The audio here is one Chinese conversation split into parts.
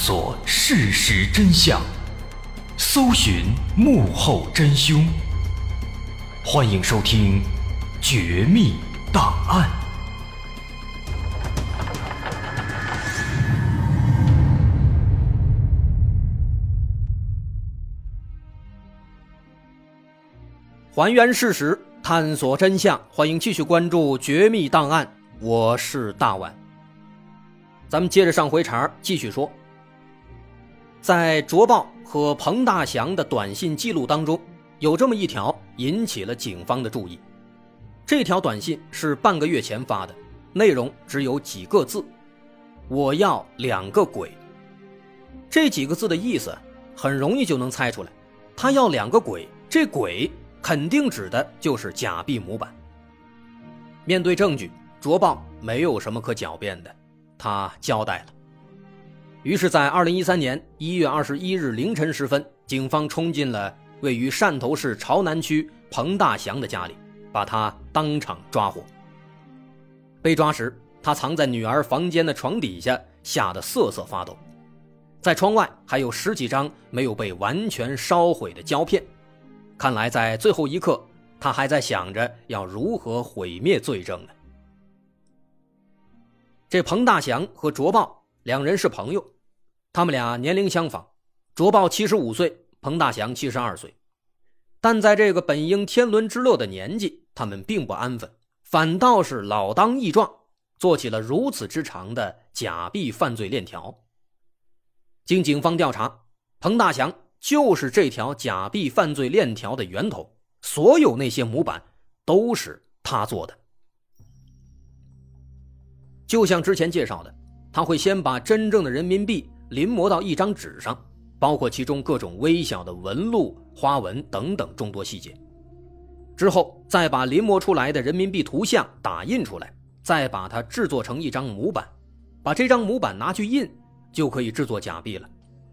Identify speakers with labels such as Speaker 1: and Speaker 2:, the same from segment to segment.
Speaker 1: 索事实真相，搜寻幕后真凶。欢迎收听《绝密档案》。
Speaker 2: 还原事实，探索真相，欢迎继续关注《绝密档案》，我是大碗。咱们接着上回茬继续说，在卓豹和彭大祥的短信记录当中，有这么一条引起了警方的注意。这条短信是半个月前发的，内容只有几个字：我要2个鬼。这几个字的意思很容易就能猜出来，他要2个鬼，这鬼肯定指的就是假币模板。面对证据，卓豹没有什么可狡辩的，他交代了。于是在2013年1月21日凌晨时分，警方冲进了位于汕头市潮南区彭大祥的家里，把他当场抓获。被抓时，他藏在女儿房间的床底下，吓得瑟瑟发抖。在窗外还有10几张没有被完全烧毁的胶片，看来在最后一刻，他还在想着要如何毁灭罪证呢。这彭大祥和卓豹两人是朋友，他们俩年龄相仿，卓豹75岁，彭大祥72岁。但在这个本应天伦之乐的年纪，他们并不安分，反倒是老当益壮，做起了如此之长的假币犯罪链条。经警方调查，彭大祥就是这条假币犯罪链条的源头，所有那些模板都是他做的。就像之前介绍的，他会先把真正的人民币临摹到一张纸上，包括其中各种微小的纹路、花纹等等众多细节。之后再把临摹出来的人民币图像打印出来，再把它制作成一张模板，把这张模板拿去印，就可以制作假币了。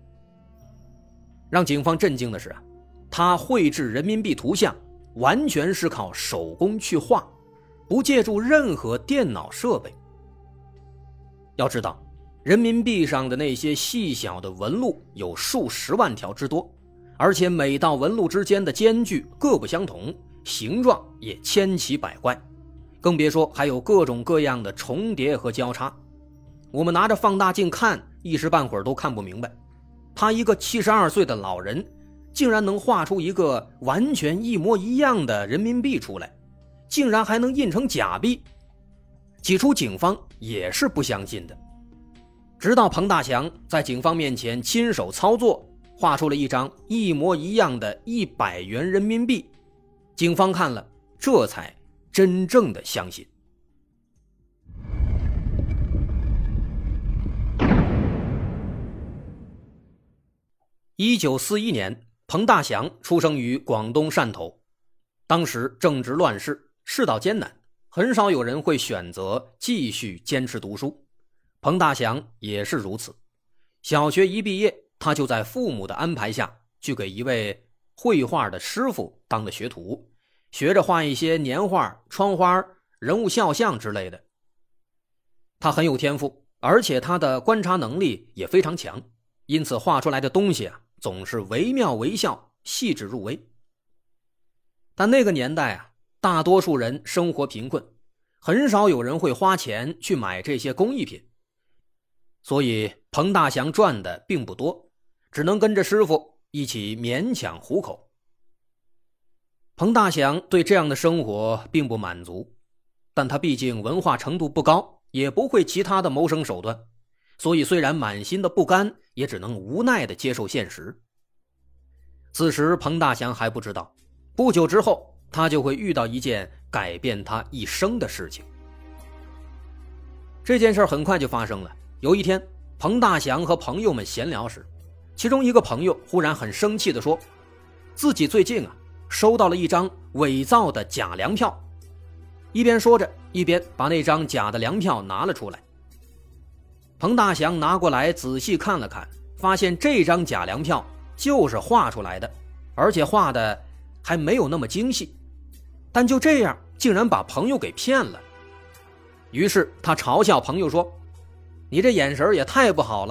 Speaker 2: 让警方震惊的是他绘制人民币图像完全是靠手工去画，不借助任何电脑设备。要知道，人民币上的那些细小的纹路有数十万条之多，而且每道纹路之间的间距各不相同，形状也千奇百怪，更别说还有各种各样的重叠和交叉。我们拿着放大镜看，一时半会儿都看不明白，他一个72岁的老人竟然能画出一个完全一模一样的人民币出来，竟然还能印成假币。起初警方也是不相信的，直到彭大祥在警方面前亲手操作，画出了一张一模一样的100元人民币，警方看了这才真正的相信。1941年，彭大祥出生于广东汕头。当时正值乱世，世道艰难，很少有人会选择继续坚持读书。彭大祥也是如此。小学一毕业，他就在父母的安排下去给一位绘画的师傅当了学徒，学着画一些年画、窗花、人物肖像之类的。他很有天赋，而且他的观察能力也非常强，因此画出来的东西总是惟妙惟肖，细致入微。但那个年代大多数人生活贫困，很少有人会花钱去买这些工艺品，所以彭大祥赚的并不多，只能跟着师傅一起勉强糊口。彭大祥对这样的生活并不满足，但他毕竟文化程度不高，也不会其他的谋生手段，所以虽然满心的不甘，也只能无奈地接受现实。此时彭大祥还不知道，不久之后他就会遇到一件改变他一生的事情。这件事很快就发生了。有一天，彭大祥和朋友们闲聊时，其中一个朋友忽然很生气地说，自己最近收到了一张伪造的假粮票。一边说着，一边把那张假的粮票拿了出来。彭大祥拿过来仔细看了看，发现这张假粮票就是画出来的，而且画的还没有那么精细，但就这样竟然把朋友给骗了。于是他嘲笑朋友说，你这眼神也太不好了，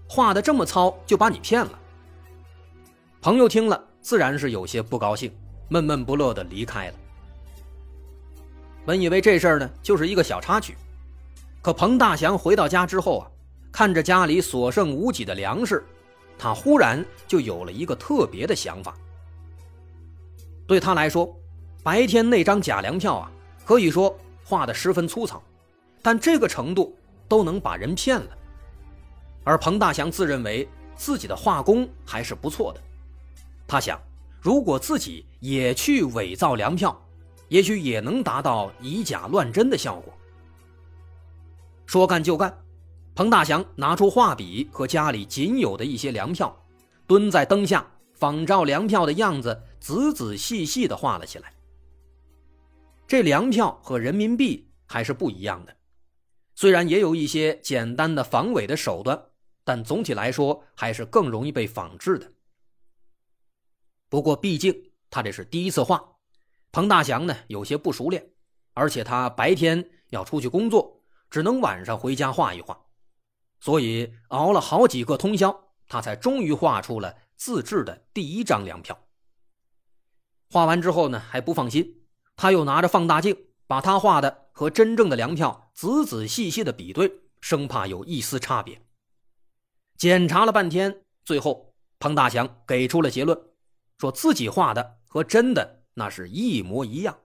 Speaker 2: 画得这么糙就把你骗了。朋友听了自然是有些不高兴，闷闷不乐地离开了。本以为这事儿呢就是一个小插曲，可彭大祥回到家之后啊，看着家里所剩无几的粮食，他忽然就有了一个特别的想法。对他来说，白天那张假粮票啊，可以说画得十分粗糙，但这个程度都能把人骗了。而彭大祥自认为自己的画工还是不错的，他想，如果自己也去伪造粮票，也许也能达到以假乱真的效果。说干就干，彭大祥拿出画笔和家里仅有的一些粮票，蹲在灯下，仿照粮票的样子仔仔细细地画了起来。这粮票和人民币还是不一样的，虽然也有一些简单的防伪的手段，但总体来说还是更容易被仿制的。不过毕竟他这是第一次画，彭大祥呢有些不熟练，而且他白天要出去工作，只能晚上回家画一画，所以熬了好几个通宵，他才终于画出了自制的第一张粮票。画完之后呢还不放心，他又拿着放大镜把他画的和真正的粮票仔仔细细的比对，生怕有一丝差别。检查了半天，最后彭大祥给出了结论，说自己画的和真的那是一模一样。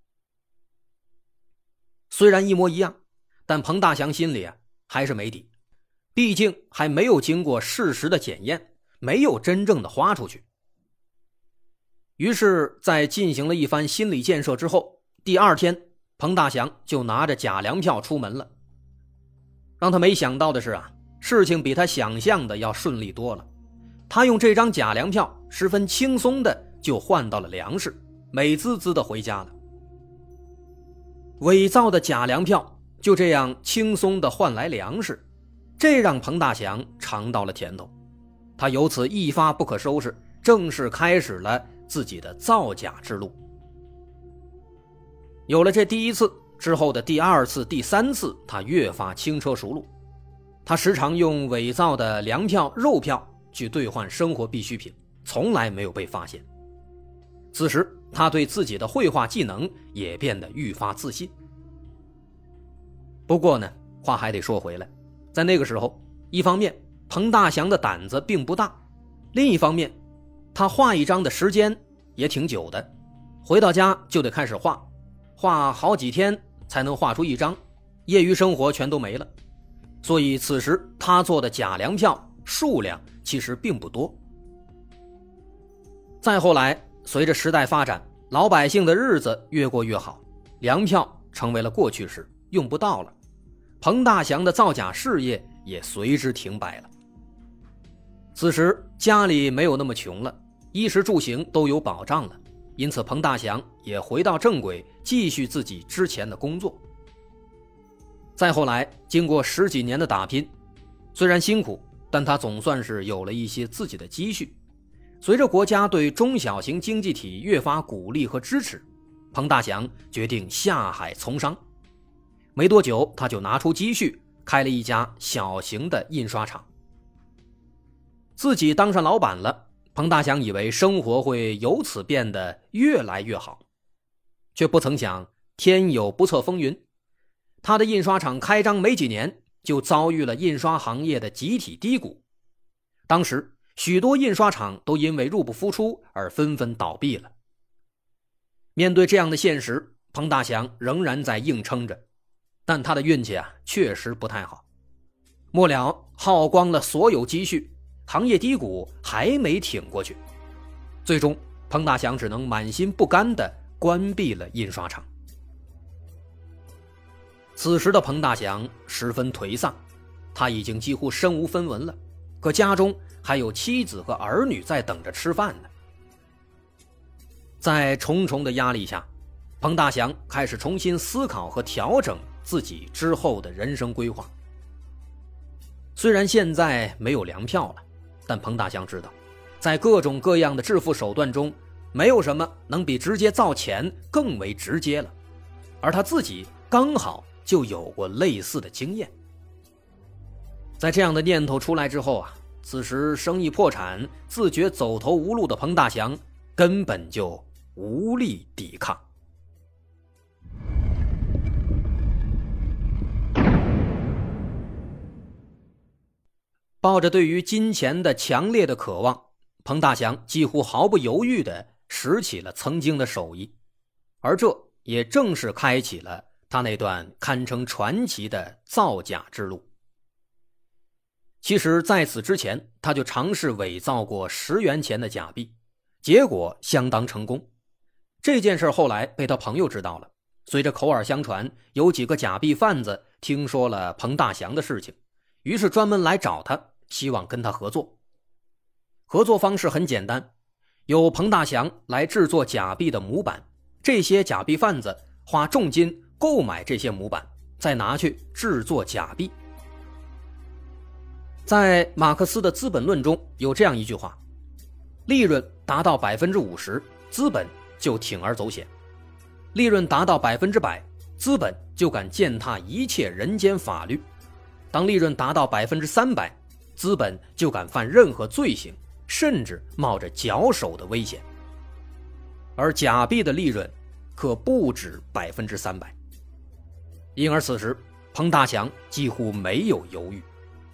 Speaker 2: 虽然一模一样，但彭大祥心里啊还是没底，毕竟还没有经过事实的检验，没有真正的花出去。于是在进行了一番心理建设之后，第二天彭大祥就拿着假粮票出门了。让他没想到的是啊，事情比他想象的要顺利多了。他用这张假粮票十分轻松的就换到了粮食，美滋滋的回家了。伪造的假粮票就这样轻松的换来粮食，这让彭大祥尝到了甜头。他由此一发不可收拾，正式开始了自己的造假之路。有了这第一次之后的第二次、第三次，他越发轻车熟路。他时常用伪造的粮票、肉票去兑换生活必需品，从来没有被发现。此时他对自己的绘画技能也变得愈发自信。不过呢，话还得说回来，在那个时候，一方面彭大祥的胆子并不大，另一方面他画一张的时间也挺久的，回到家就得开始画好几天才能画出一张，业余生活全都没了。所以此时他做的假粮票数量其实并不多。再后来，随着时代发展，老百姓的日子越过越好，粮票成为了过去式，用不到了。彭大祥的造假事业也随之停摆了。此时家里没有那么穷了，衣食住行都有保障了，因此彭大祥也回到正轨，继续自己之前的工作。再后来，经过10几年的打拼，虽然辛苦，但他总算是有了一些自己的积蓄。随着国家对中小型经济体越发鼓励和支持，彭大祥决定下海从商。没多久，他就拿出积蓄开了一家小型的印刷厂。自己当上老板了，彭大祥以为生活会由此变得越来越好，却不曾想天有不测风云。他的印刷厂开张没几年，就遭遇了印刷行业的集体低谷。当时许多印刷厂都因为入不敷出而纷纷倒闭了。面对这样的现实，彭大祥仍然在硬撑着，但他的运气确实不太好。末了耗光了所有积蓄，行业低谷还没挺过去，最终彭大祥只能满心不甘地关闭了印刷厂。此时的彭大祥十分颓丧，他已经几乎身无分文了，可家中还有妻子和儿女在等着吃饭呢。在重重的压力下，彭大祥开始重新思考和调整自己之后的人生规划。虽然现在没有粮票了，但彭大祥知道，在各种各样的致富手段中，没有什么能比直接造钱更为直接了，而他自己刚好就有过类似的经验。 在这样的念头出来之后啊，此时生意破产，自觉走投无路的彭大祥根本就无力抵抗。抱着对于金钱的强烈的渴望，彭大祥几乎毫不犹豫地拾起了曾经的手艺，而这也正是开启了他那段堪称传奇的造假之路。其实在此之前，他就尝试伪造过10元钱的假币，结果相当成功。这件事后来被他朋友知道了，随着口耳相传，有几个假币贩子听说了彭大祥的事情，于是专门来找他，希望跟他合作。合作方式很简单，由彭大祥来制作假币的模板，这些假币贩子花重金购买这些模板，再拿去制作假币。在马克思的《资本论》中有这样一句话：利润达到 50%， 资本就铤而走险；利润达到 100%， 资本就敢践踏一切人间法律；当利润达到 300%， 资本就敢犯任何罪行，甚至冒着绞首的危险。而假币的利润可不止 300%。 因而此时彭大祥几乎没有犹豫。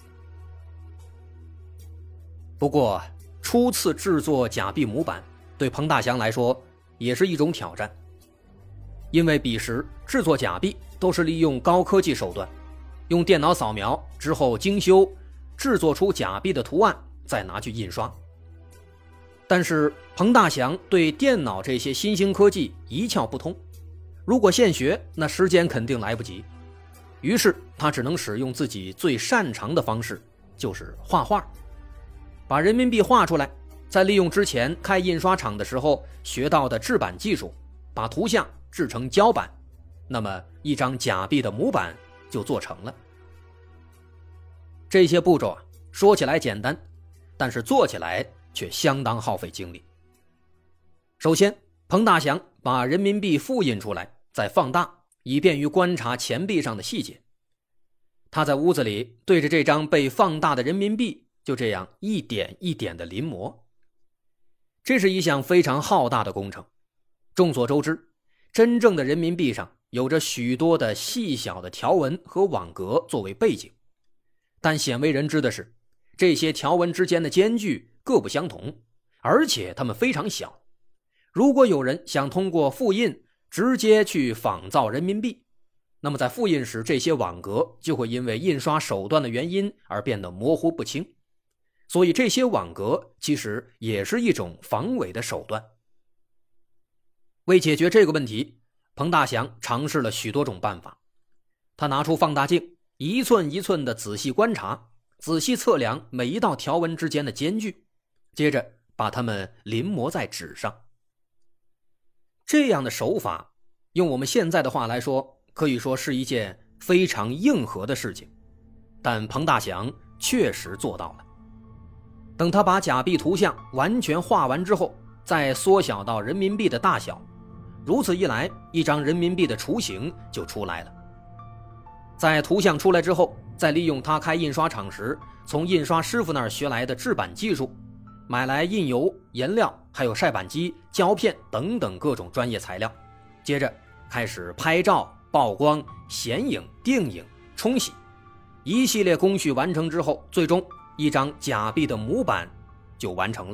Speaker 2: 不过初次制作假币模板对彭大祥来说也是一种挑战，因为彼时制作假币都是利用高科技手段，用电脑扫描之后精修，制作出假币的图案，再拿去印刷。但是彭大祥对电脑这些新兴科技一窍不通，如果现学，那时间肯定来不及。于是他只能使用自己最擅长的方式，就是画画，把人民币画出来，再利用之前开印刷厂的时候学到的制版技术，把图像制成胶板，那么一张假币的模板就做成了。这些步骤说起来简单，但是做起来却相当耗费精力。首先，彭大祥把人民币复印出来，再放大，以便于观察钱币上的细节。他在屋子里对着这张被放大的人民币，就这样一点一点的临摹。这是一项非常浩大的工程。众所周知，真正的人民币上有着许多的细小的条纹和网格作为背景，但鲜为人知的是，这些条纹之间的间距各不相同，而且它们非常小。如果有人想通过复印直接去仿造人民币，那么在复印时这些网格就会因为印刷手段的原因而变得模糊不清，所以这些网格其实也是一种防伪的手段。为解决这个问题，彭大祥尝试了许多种办法。他拿出放大镜，一寸一寸的仔细观察，仔细测量每一道条纹之间的间距，接着把它们临摹在纸上。这样的手法，用我们现在的话来说，可以说是一件非常硬核的事情，但彭大祥确实做到了。等他把假币图像完全画完之后，再缩小到人民币的大小，如此一来，一张人民币的雏形就出来了。在图像出来之后，再利用他开印刷厂时从印刷师傅那儿学来的制版技术，买来印油、颜料，还有晒版机、胶片等等各种专业材料，接着开始拍照、曝光、显影、定影、冲洗，一系列工序完成之后，最终一张假币的模板就完成了。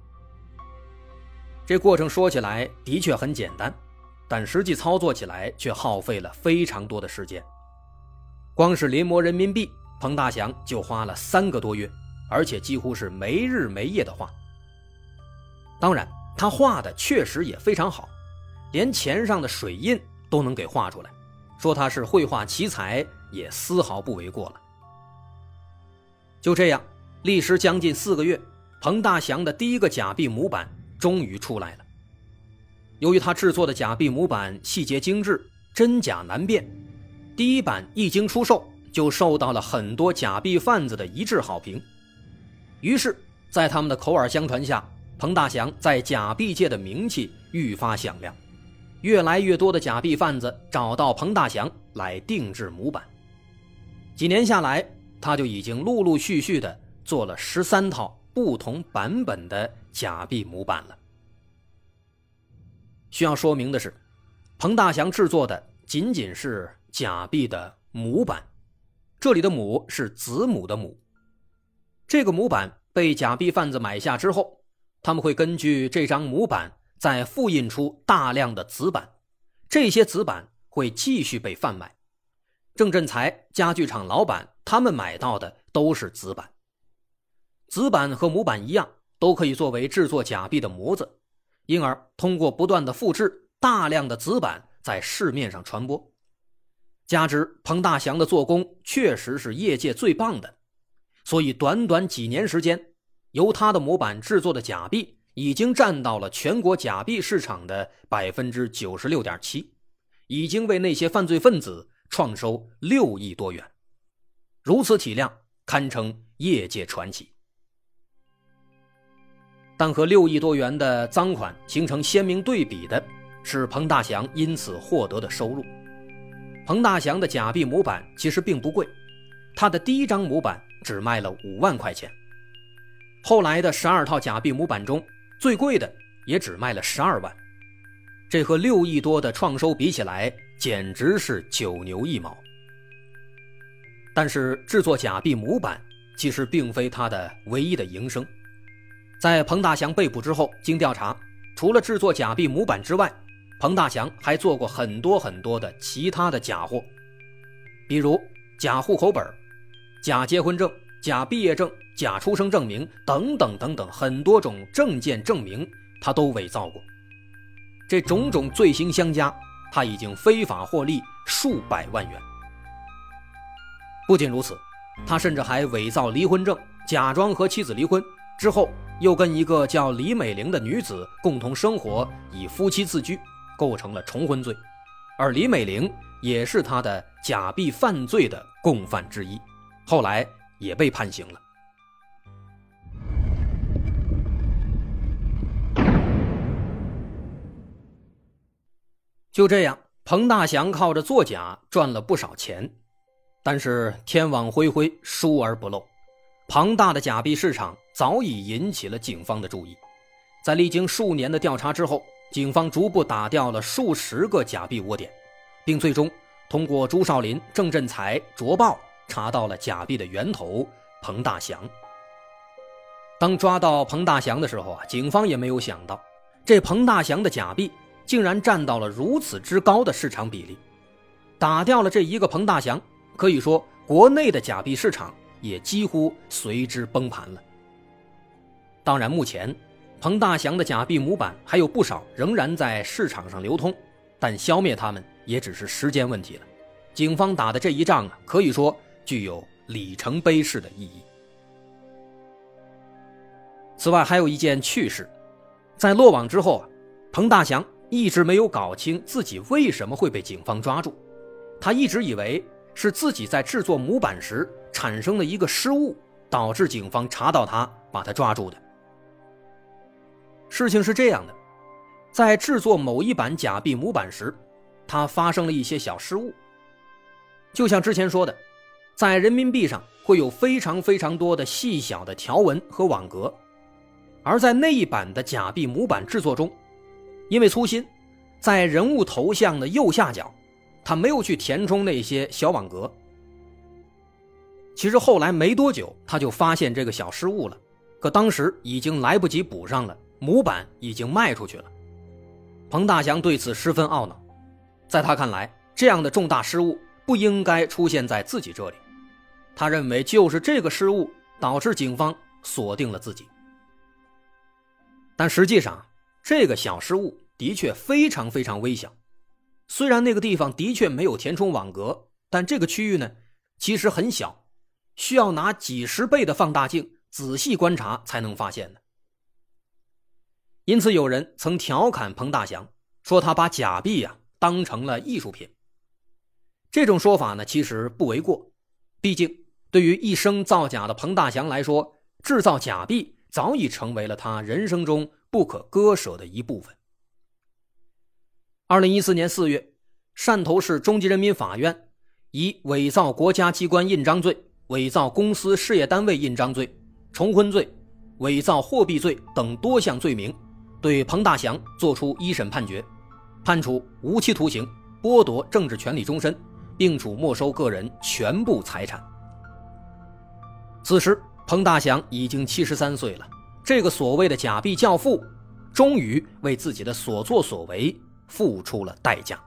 Speaker 2: 这过程说起来的确很简单，但实际操作起来却耗费了非常多的时间。光是临摹人民币，彭大祥就花了3个多月，而且几乎是没日没夜的画。当然，他画的确实也非常好，连钱上的水印都能给画出来，说他是绘画奇才也丝毫不为过了。就这样，历时将近4个月，彭大祥的第一个假币模板终于出来了。由于他制作的假币模板细节精致，真假难辨，第一版一经出售就受到了很多假币贩子的一致好评。于是在他们的口耳相传下，彭大祥在假币界的名气愈发响亮，越来越多的假币贩子找到彭大祥来定制模板。几年下来， 他就已经陆陆续续的做了13套不同版本的假币模板了。需要说明的是，彭大祥制作的仅仅是假币的模板，这里的母是子母的母。这个模板被假币贩子买下之后，他们会根据这张模板再复印出大量的子版，这些子版会继续被贩卖。郑振才家具厂老板他们买到的都是子版。子版和模板一样，都可以作为制作假币的模子，因而通过不断的复制，大量的子版在市面上传播。加之彭大祥的做工确实是业界最棒的，所以短短几年时间，由他的模板制作的假币已经占到了全国假币市场的 96.7%， 已经为那些犯罪分子创收6亿多元，如此体量堪称业界传奇。但和6亿多元的赃款形成鲜明对比的是彭大祥因此获得的收入。彭大祥的假币模板其实并不贵，他的第一张模板只卖了5万块钱，后来的12套假币模板中最贵的也只卖了12万，这和6亿多的创收比起来简直是9牛1毛。但是制作假币模板其实并非他的唯一的营生。在彭大祥被捕之后，经调查，除了制作假币模板之外，彭大祥还做过很多的其他的假货，比如假户口本、假结婚证、假毕业证、假出生证明等等很多种证件证明他都伪造过。这种种罪行相加，他已经非法获利数百万元。不仅如此，他甚至还伪造离婚证，假装和妻子离婚，之后又跟一个叫李美玲的女子共同生活，以夫妻自居，构成了重婚罪。而李美玲也是他的假币犯罪的共犯之一，后来也被判刑了。就这样，彭大祥靠着作假赚了不少钱，但是天网恢恢，疏而不漏，庞大的假币市场早已引起了警方的注意。在历经数年的调查之后，警方逐步打掉了数十个假币窝点，并最终通过朱少林、郑振才、卓豹查到了假币的源头彭大祥。当抓到彭大祥的时候，警方也没有想到，这彭大祥的假币竟然占到了如此之高的市场比例。打掉了这一个彭大祥，可以说国内的假币市场也几乎随之崩盘了。当然，目前彭大祥的假币模板还有不少仍然在市场上流通，但消灭他们也只是时间问题了。警方打的这一仗可以说具有里程碑式的意义。此外，还有一件趣事，在落网之后，彭大祥一直没有搞清自己为什么会被警方抓住。他一直以为是自己在制作模板时产生了一个失误，导致警方查到他，把他抓住的。事情是这样的，在制作某一版假币模板时，他发生了一些小失误。就像之前说的，在人民币上会有非常多的细小的条纹和网格，而在那一版的假币模板制作中，因为粗心，在人物头像的右下角，他没有去填充那些小网格。其实后来没多久，他就发现这个小失误了，可当时已经来不及补上了，模板已经卖出去了。彭大祥对此十分懊恼，在他看来，这样的重大失误不应该出现在自己这里。他认为就是这个失误导致警方锁定了自己。但实际上，这个小失误的确非常微小。虽然那个地方的确没有填充网格，但这个区域呢，其实很小，需要拿几十倍的放大镜仔细观察才能发现的。因此有人曾调侃彭大祥，说他把假币当成了艺术品。这种说法呢，其实不为过，毕竟对于一生造假的彭大祥来说，制造假币早已成为了他人生中不可割舍的一部分。2014年4月，汕头市中级人民法院以伪造国家机关印章罪伪造公司事业单位印章罪、重婚罪、伪造货币罪等多项罪名，对彭大祥作出一审判决，判处无期徒刑，剥夺政治权利终身，并处没收个人全部财产。此时彭大祥已经73岁了，这个所谓的假币教父终于为自己的所作所为付出了代价。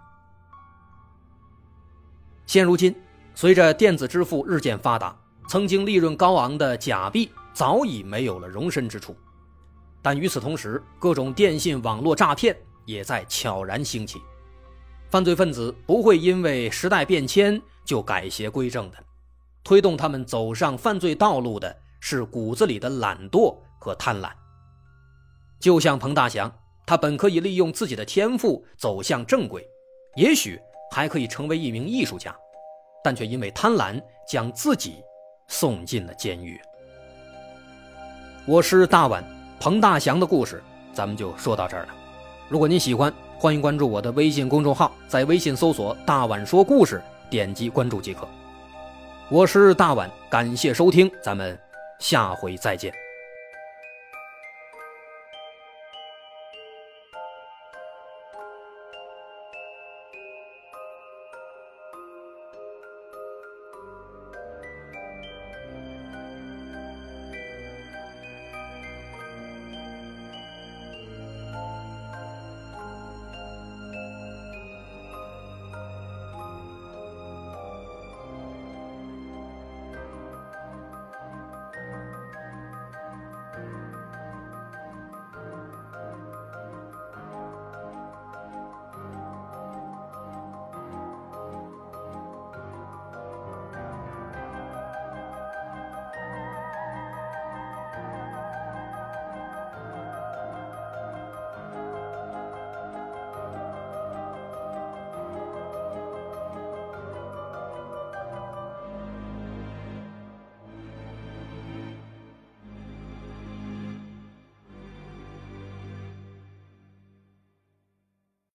Speaker 2: 现如今，随着电子支付日渐发达，曾经利润高昂的假币早已没有了容身之处。但与此同时，各种电信网络诈骗也在悄然兴起。犯罪分子不会因为时代变迁就改邪归正的，推动他们走上犯罪道路的是骨子里的懒惰和贪婪。就像彭大祥，他本可以利用自己的天赋走向正轨，也许还可以成为一名艺术家，但却因为贪婪将自己送进了监狱。我是大碗，彭大祥的故事咱们就说到这儿了。如果您喜欢，欢迎关注我的微信公众号，在微信搜索大碗说故事，点击关注即可。我是大碗，感谢收听，咱们下回再见。